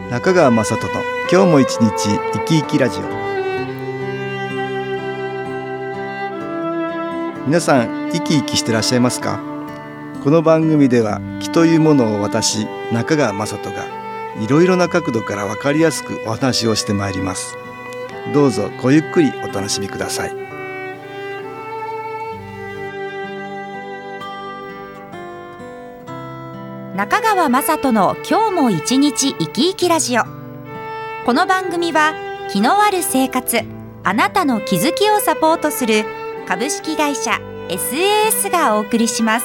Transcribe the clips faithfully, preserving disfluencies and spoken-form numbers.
中川雅人の今日も一日生き生きラジオ。皆さん生き生きしてらっしゃいますか？この番組では気というものを私中川雅人がいろいろな角度から分かりやすくお話をしてまいります。どうぞごゆっくりお楽しみください。 中川雅人の今日も一日生き生きラジオ。この番組は気のある生活、あなたの気づきをサポートする株式会社 エスエーエス がお送りします。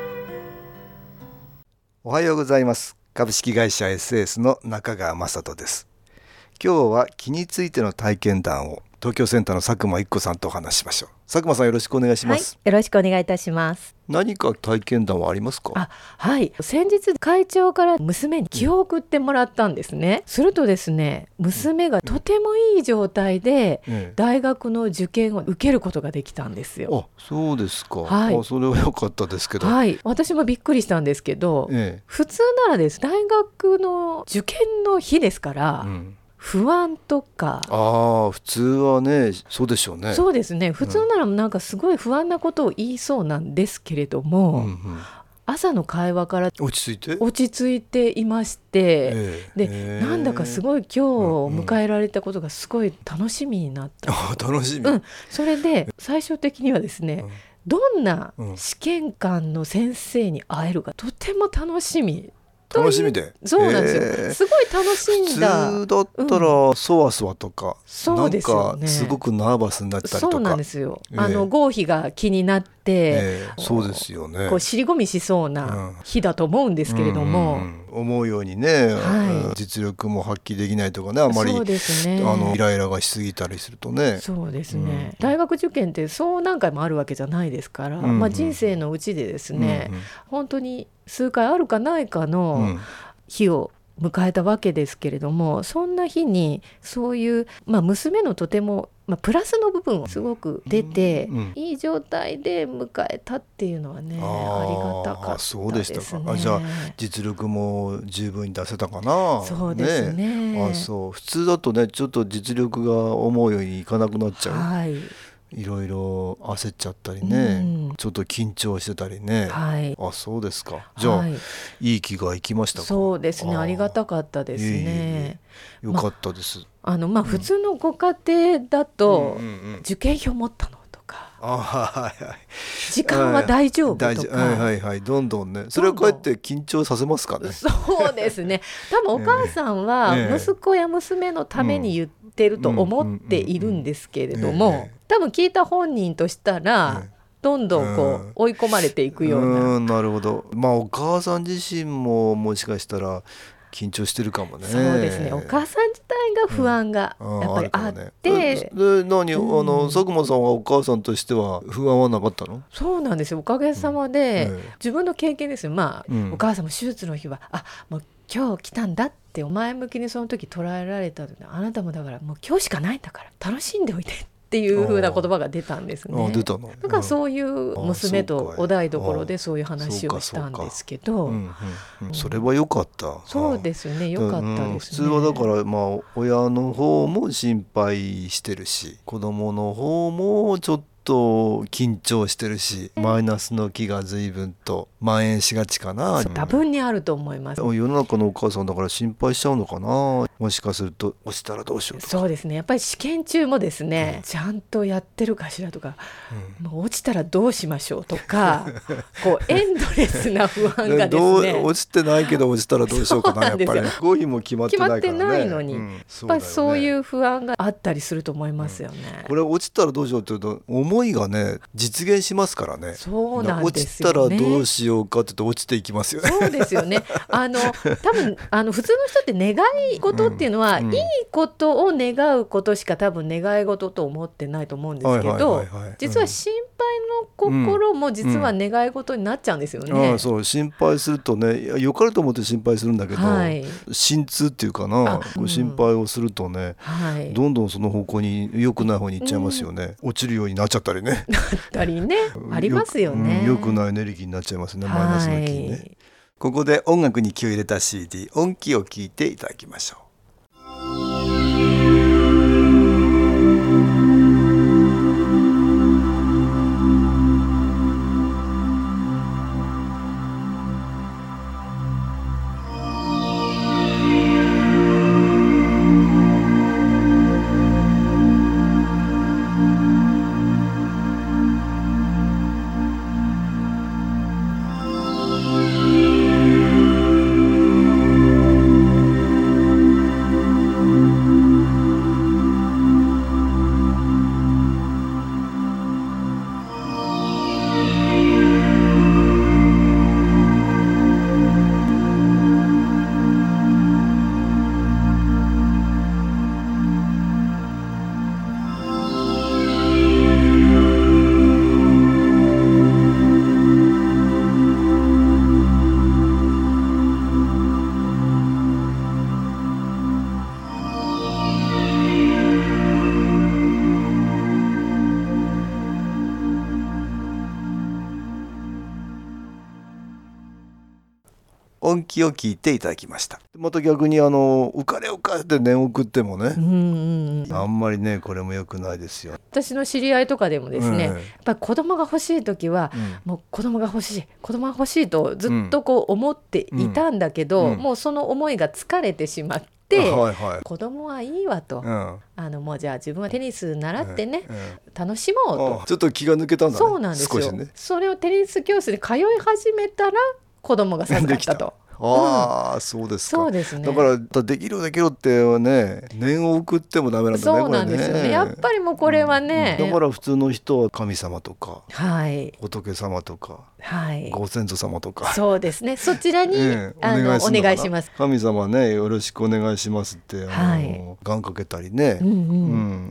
おはようございます。株式会社 エスエーエス の中川雅人です。今日は気についての体験談を東京センターの佐久間一子さんとお話ししましょう。佐久間さん、よろしくお願いします。 はい、よろしくお願いいたします。 何か体験談はありますか？ あ、はい、先日会長から娘に気を送ってもらったんですね。するとですね、娘がとてもいい状態で大学の受験を受けることができたんですよ。 あ、そうですか。 はい、 あ、それは良かったですけど、 はい、私もびっくりしたんですけど、ええ、普通ならです大学の受験の日ですから、うん、不安とか、 ああ、普通はね、そうでしょうね。 そうですね、普通ならなんかすごい不安なことを言いそうなんですけれども、うんうん、朝の会話から落ち着いて落ち着いていまして、えー、で、えー、なんだかすごい今日迎えられたことがすごい楽しみになった、うんうん、 あ、楽しみ、 うん、それで最終的にはですね、うん、どんな試験官の先生に会えるかとても楽しみ、 楽しみで、 そうなんですよ、えー、すごい楽しんだ。 普通だったらそわそわとか、うん、 そうですよね、 なんかすごくナーバスになったりとか、 そうなんですよ、えー、あの合否が気になって、 えー、そうですよね、 こう尻込みしそうな日だと思うんですけれども、うんうんうん、思うようにね、はい、実力も発揮できないとかね、あまりそうです、ね、あのイライラがしすぎたりするとね、 そうですね、うん、大学受験ってそう何回もあるわけじゃないですから、うんうん、まあ、人生のうちでですね、うんうん、本当に数回あるかないかの日を迎えたわけですけれども、そんな日にそういう、まあ、娘のとても、まあ、プラスの部分をすごく出て、うんうん、いい状態で迎えたっていうのはね、 あ, ありがたかったですね。 そうでしたか。あ、じゃあ実力も十分に出せたかな。 そうですね。 あ、そう、普通だとね、ちょっと実力が思うようにいかなくなっちゃう、はい、いろいろ焦っちゃったりね、うん、ちょっと緊張してたりね、はい、あ、そうですか。じゃあ、はい、いい気がいきましたか？ そうですね、 あ, ありがたかったですね。 よかったです。 まあのまあ、普通のご家庭だと、うんうんうん、受験票持ったのとか、あ、はいはい、時間は大丈夫とか、 はいはいはい、どんどんね、それをこうやって緊張させますかね。 そうですね、多分お母さんは息子や娘のために言ってると思っているんですけれども、多分聞いた本人としたら、ええ、どんどんこう追い込まれていくような、 うん、なるほど。まあお母さん自身ももしかしたら緊張してるかもね。 そうですね、お母さん自体が不安がやっぱりあって、 うん、で何、うん、あの佐久間さんはお母さんとしては不安はなかったの？ そうなんですよ、おかげさまで、うん、自分の経験ですよ。まあ、うん、お母さんも手術の日はあ、もう今日来たんだって前向きにその時捉えられたので、あなたもだからもう今日しかないんだから楽しんでおいてっていう風な言葉が出たんですね。 ああ、出たの。 だからそういう娘とお台所でそういう話をしたんですけど、うんうん、それは良かった。 そうですね、良かったですね、うん、 普通はだから、まあ、親の方も心配してるし、子供の方もちょっとと緊張してるし、マイナスの気が随分と蔓延しがちかな。 多分にあると思います。 世の中のお母さんだから心配しちゃうのかな。もしかすると落ちたらどうしようとか。 そうですね、やっぱり試験中もですね、うん、ちゃんとやってるかしらとか、うん、もう落ちたらどうしましょうとかこうエンドレスな不安がですね落ちてないけど落ちたらどうしようかな。やっぱり合否も決まってないからね。 決まってないのに、うん、やっぱりそういう不安があったりすると思いますよね、 うん、これ落ちたらどうしようって言うと思いがね実現しますからね。 そうなんですよね。 落ちたらどうしようかって言うと落ちていきますよね。 そうですよね。あの多分あの普通の人って願い事っていうのは、うんうん、いいことを願うことしか多分願い事と思ってないと思うんですけど、実は心配の心も実は願い事になっちゃうんですよね、うんうん、 ああ、そう心配するとね、よかれと思って心配するんだけど、はい、心痛っていうかな、うん、心配をするとね、はい、どんどんその方向に良くない方に行っちゃいますよね、うん、落ちるようになっちゃったりねなったりねありますよね。 良くないエネルギーになっちゃいますね、マイナスの気にね。ここで音楽に気を入れた シーディー 音気を聞いていただきましょう。 音気を聞いていただきました。また逆にあの浮かれ浮かれて念を送ってもね、うんうん、あんまりねこれも良くないですよ。 私の知り合いとかでもですね、うん、やっぱり子供が欲しい時は、うん、もう子供が欲しい子供が欲しいとずっとこう思っていたんだけど、うんうん、もうその思いが疲れてしまってではいはい、子供はいいわと、うん、あのもうじゃあ自分はテニス習ってね、うんうん、楽しもうと。 ちょっと気が抜けたんだね。 そうなんですよ、ね、それをテニス教室に通い始めたら子供が授かったと。 ああ、うん、そうですか。 そうですね。 だからできるできるってね念を送ってもダメなんだね。 そうなんですよね。やっぱりもうこれはね、 うんうん、だから普通の人は神様とか、 はい、 仏様とか、 はい、 ご先祖様とか、 そうですね、そちらに、えー、あのお願いします。 神様ねよろしくお願いしますって、はい、願掛けたりね、うんうんうん、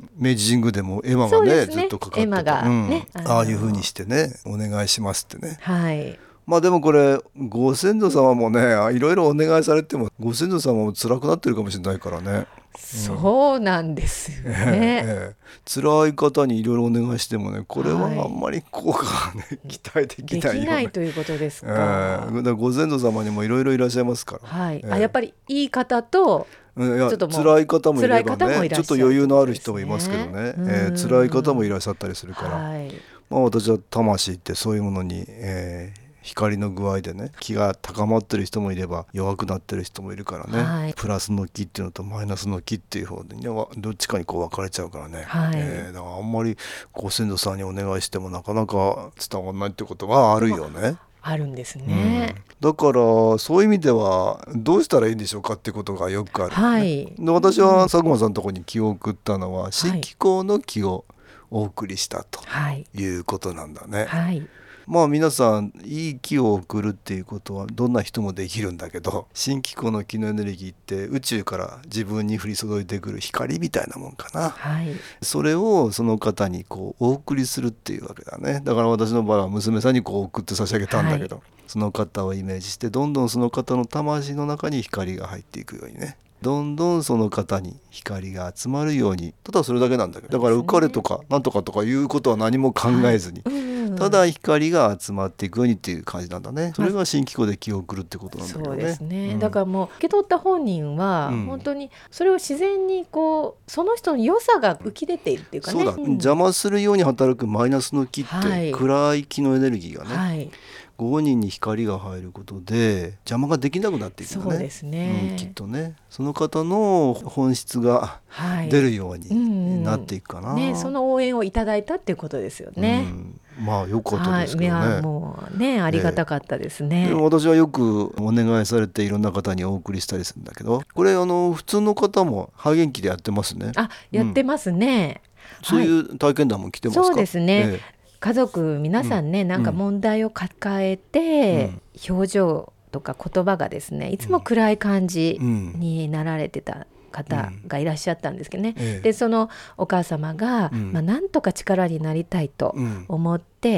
明治神宮でも絵馬が ね, ねずっとかかってた、絵馬が、ね、うん、ああいう風にしてねお願いしますってね。 はい。 まあでもこれご先祖様もねいろいろお願いされてもご先祖様も辛くなってるかもしれないからね、うん、 そうなんですよね、 ええ、辛い方にいろいろお願いしてもねこれはあんまり効果が、ね、はい、期待できないよね。 できないということですか、ええ、だからご先祖様にもいろいろいらっしゃいますから、 はい、ええ、あやっぱりいい方といやちょっと辛い方もいればねちょっと余裕のある人もいますけどね、えー、辛い方もいらっしゃったりするから、はい、まあ、私は魂ってそういうものに、えー光の具合でね気が高まってる人もいれば弱くなってる人もいるからね、はい、プラスの気っていうのとマイナスの気っていう方で、ね、どっちかにこう分かれちゃうからね、はい、えー、だからあんまりご先祖さんにお願いしてもなかなか伝わらないってことがあるよね。 あるんですね、 うん、だからそういう意味ではどうしたらいいんでしょうかってことがよくある、ね、はい、で私は佐久間さんのところに気を送ったのは新機構の気をお送りしたということなんだね、はいはい、まあ皆さんいい気を送るっていうことはどんな人もできるんだけど新機構の気のエネルギーって宇宙から自分に降り注いでくる光みたいなもんかな、はい、それをその方にこうお送りするっていうわけだね。だから私の場合は娘さんにこう送って差し上げたんだけど、はい、その方をイメージしてどんどんその方の魂の中に光が入っていくようにねどんどんその方に光が集まるようにただそれだけなんだけどだから浮かれとかなんとかとかいうことは何も考えずに、はい、うん、ただ光が集まっていくようにっていう感じなんだね。それが新機構で気を送るってことなんだけどね。 そうですね、うん、だからもう受け取った本人は本当にそれを自然にこうその人の良さが浮き出ているっていうかね、 そうだ、うん、邪魔するように働くマイナスの気って、はい、暗い気のエネルギーがね、はい、ご本人に光が入ることで邪魔ができなくなっていくんだね。 そうですね、 うん、きっとねその方の本質が出るようになっていくかな、 はい、うんうんね、その応援をいただいたっていうことですよね、 うん、まあ良かったですけどね、はい、いやもうねありがたかったですね、 で私はよくお願いされていろんな方にお送りしたりするんだけどこれあの普通の方も肺元気でやってますね。 あやってますね、 うん、そういう体験談も来てますか。 そうですね、ええ家族皆さんね、うん、なんか問題を抱えて、うん、表情とか言葉がですねいつも暗い感じになられてた方がいらっしゃったんですけどね、うん、でそのお母様が、うん、まあ、なんとか力になりたいと思って、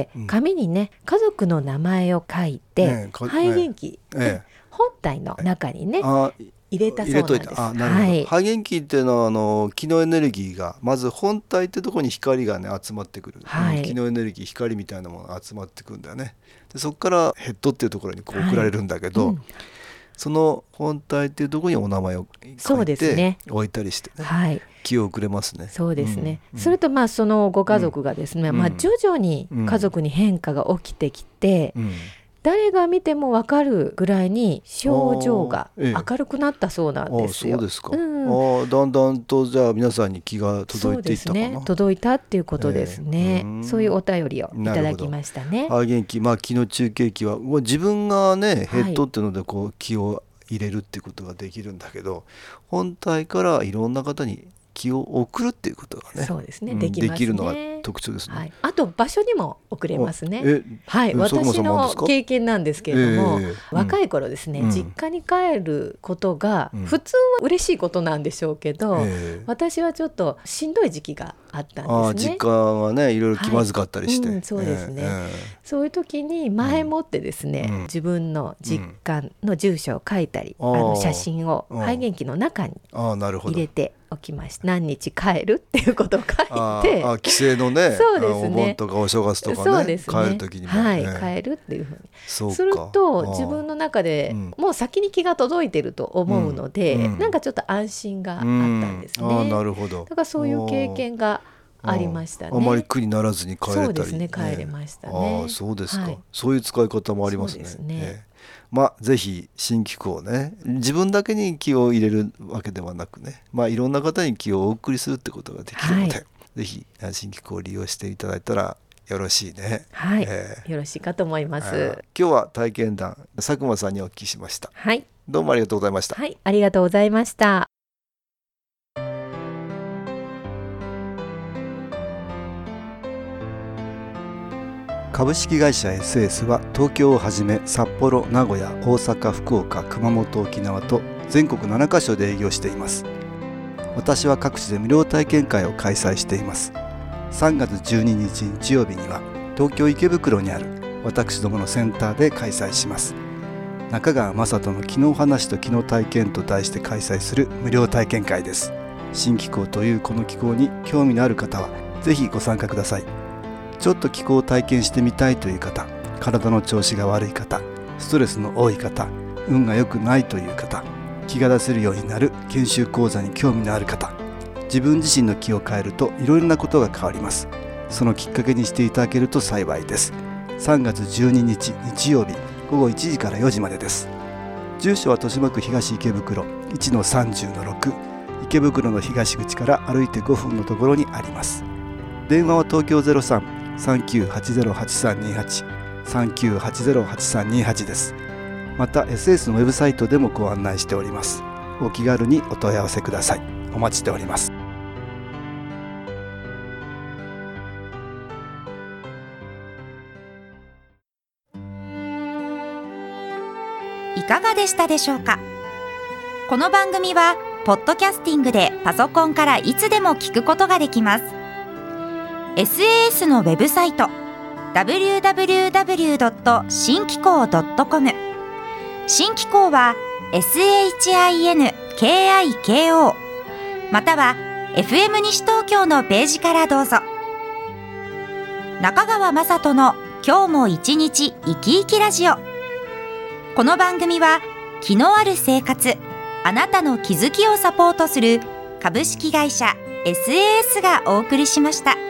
うん、紙にね家族の名前を書いて、ね、肺元気、ね、本体の中にね、入れたそうなんです。 あ、なるほど、はい、肺元気っていうのはあの気のエネルギーがまず本体ってところに光がね集まってくる、はい、気のエネルギー光みたいなものが集まってくるんだよね。でそこからヘッドっていうところにこう送られるんだけど、はい、うん、その本体っていうところにお名前を書いて置いたりしてね、はい、気を送れますね。 そうですね、うん、それとまあそのご家族がですね、うん、まあ、徐々に家族に変化が起きてきて、うんうん、誰が見ても分かるぐらいに表情が明るくなったそうなんですよ。 あ、そうですか、うん、あ、だんだんとじゃあ皆さんに気が届いていったかな。 そうですね、届いたっていうことですね、えー、そういうお便りをいただきましたね。 肺元気、まあ、気の中継気は自分がねヘッドっていうのでこう気を入れるっていうことができるんだけど、本体からいろんな方に気を送るっていうことがね、 そうですね、できますね、 できるのが特徴ですね、 はい、あと場所にも送れますね。え、はい、私の経験なんですけれども、えー、若い頃ですね、うん、実家に帰ることが普通は嬉しいことなんでしょうけど、うん、私はちょっとしんどい時期があったんですね。あ、 実家はねいろいろ気まずかったりして、はい、 うん、そうですね、えー、そういう時に前もってですね、うん、自分の実家の住所を書いたり、うん、あの写真を肺元気の中に入れておきました。何日帰るっていうことを書いて、 ああ、帰省のねそうですね、 お盆とかお正月とかね、 そうですね、 帰る時にも、 はい、 ね、 帰るっていうふうにそうかすると自分の中でもう先に気が届いてると思うので、うん、なんかちょっと安心があったんですね、 うん、あ、なるほど。 だからそういう経験がありましたね。 あまり苦にならずに帰れたり、ね、 そうですね、帰れましたね。 あ、そうですか、 はい、 そういう使い方もありますね。 そうですね、 えーまあ、ぜひ新機構ね、自分だけに気を入れるわけではなくね、まあ、いろんな方に気をお送りするってことができるので、はい、ぜひ新機構を利用していただいたらよろしいね。 はい、えー、よろしいかと思います。 今日は体験談佐久間さんにお聞きしました。 はい、 どうもありがとうございました。 はい、ありがとうございました。 株式会社 エスエス は東京をはじめ札幌、名古屋、大阪、福岡、熊本、沖縄と全国ななカ所で営業しています。私は各地で無料体験会を開催しています。さんがつじゅうににち日曜日には東京池袋にある私どものセンターで開催します。中川雅人の気の話と気の体験と題して開催する無料体験会です。新気候というこの気候に興味のある方はぜひご参加ください。ちょっと気候を体験してみたいという方、体の調子が悪い方、ストレスの多い方、運が良くないという方、気が出せるようになる研修講座に興味のある方、自分自身の気を変えるといろいろなことが変わります。そのきっかけにしていただけると幸いです。さんがつじゅうににち日曜日ごごいちじからよじまでです。住所は豊島区東池袋 いちのさんじゅうのろく、 池袋の東口から歩いてごふんのところにあります。電話は東京 ゼロさん さんきゅうはちゼロ はちさんにはち さんきゅうはちゼロ はちさんにはちです。また エスエス のウェブサイトでもご案内しております。お気軽にお問い合わせください。お待ちしております。 いかがでしたでしょうか。この番組はポッドキャスティングでパソコンからいつでも聞くことができます。エスエーエス のウェブサイト ダブリューダブリューダブリュードットシンキコードットコム、 新気候は エスエイチアイエヌケーアイケーオー または エフエム 西東京のページからどうぞ。中川雅人の今日も一日生き生きラジオ。この番組は気のある生活、あなたの気づきをサポートする株式会社 エスエーエス がお送りしました。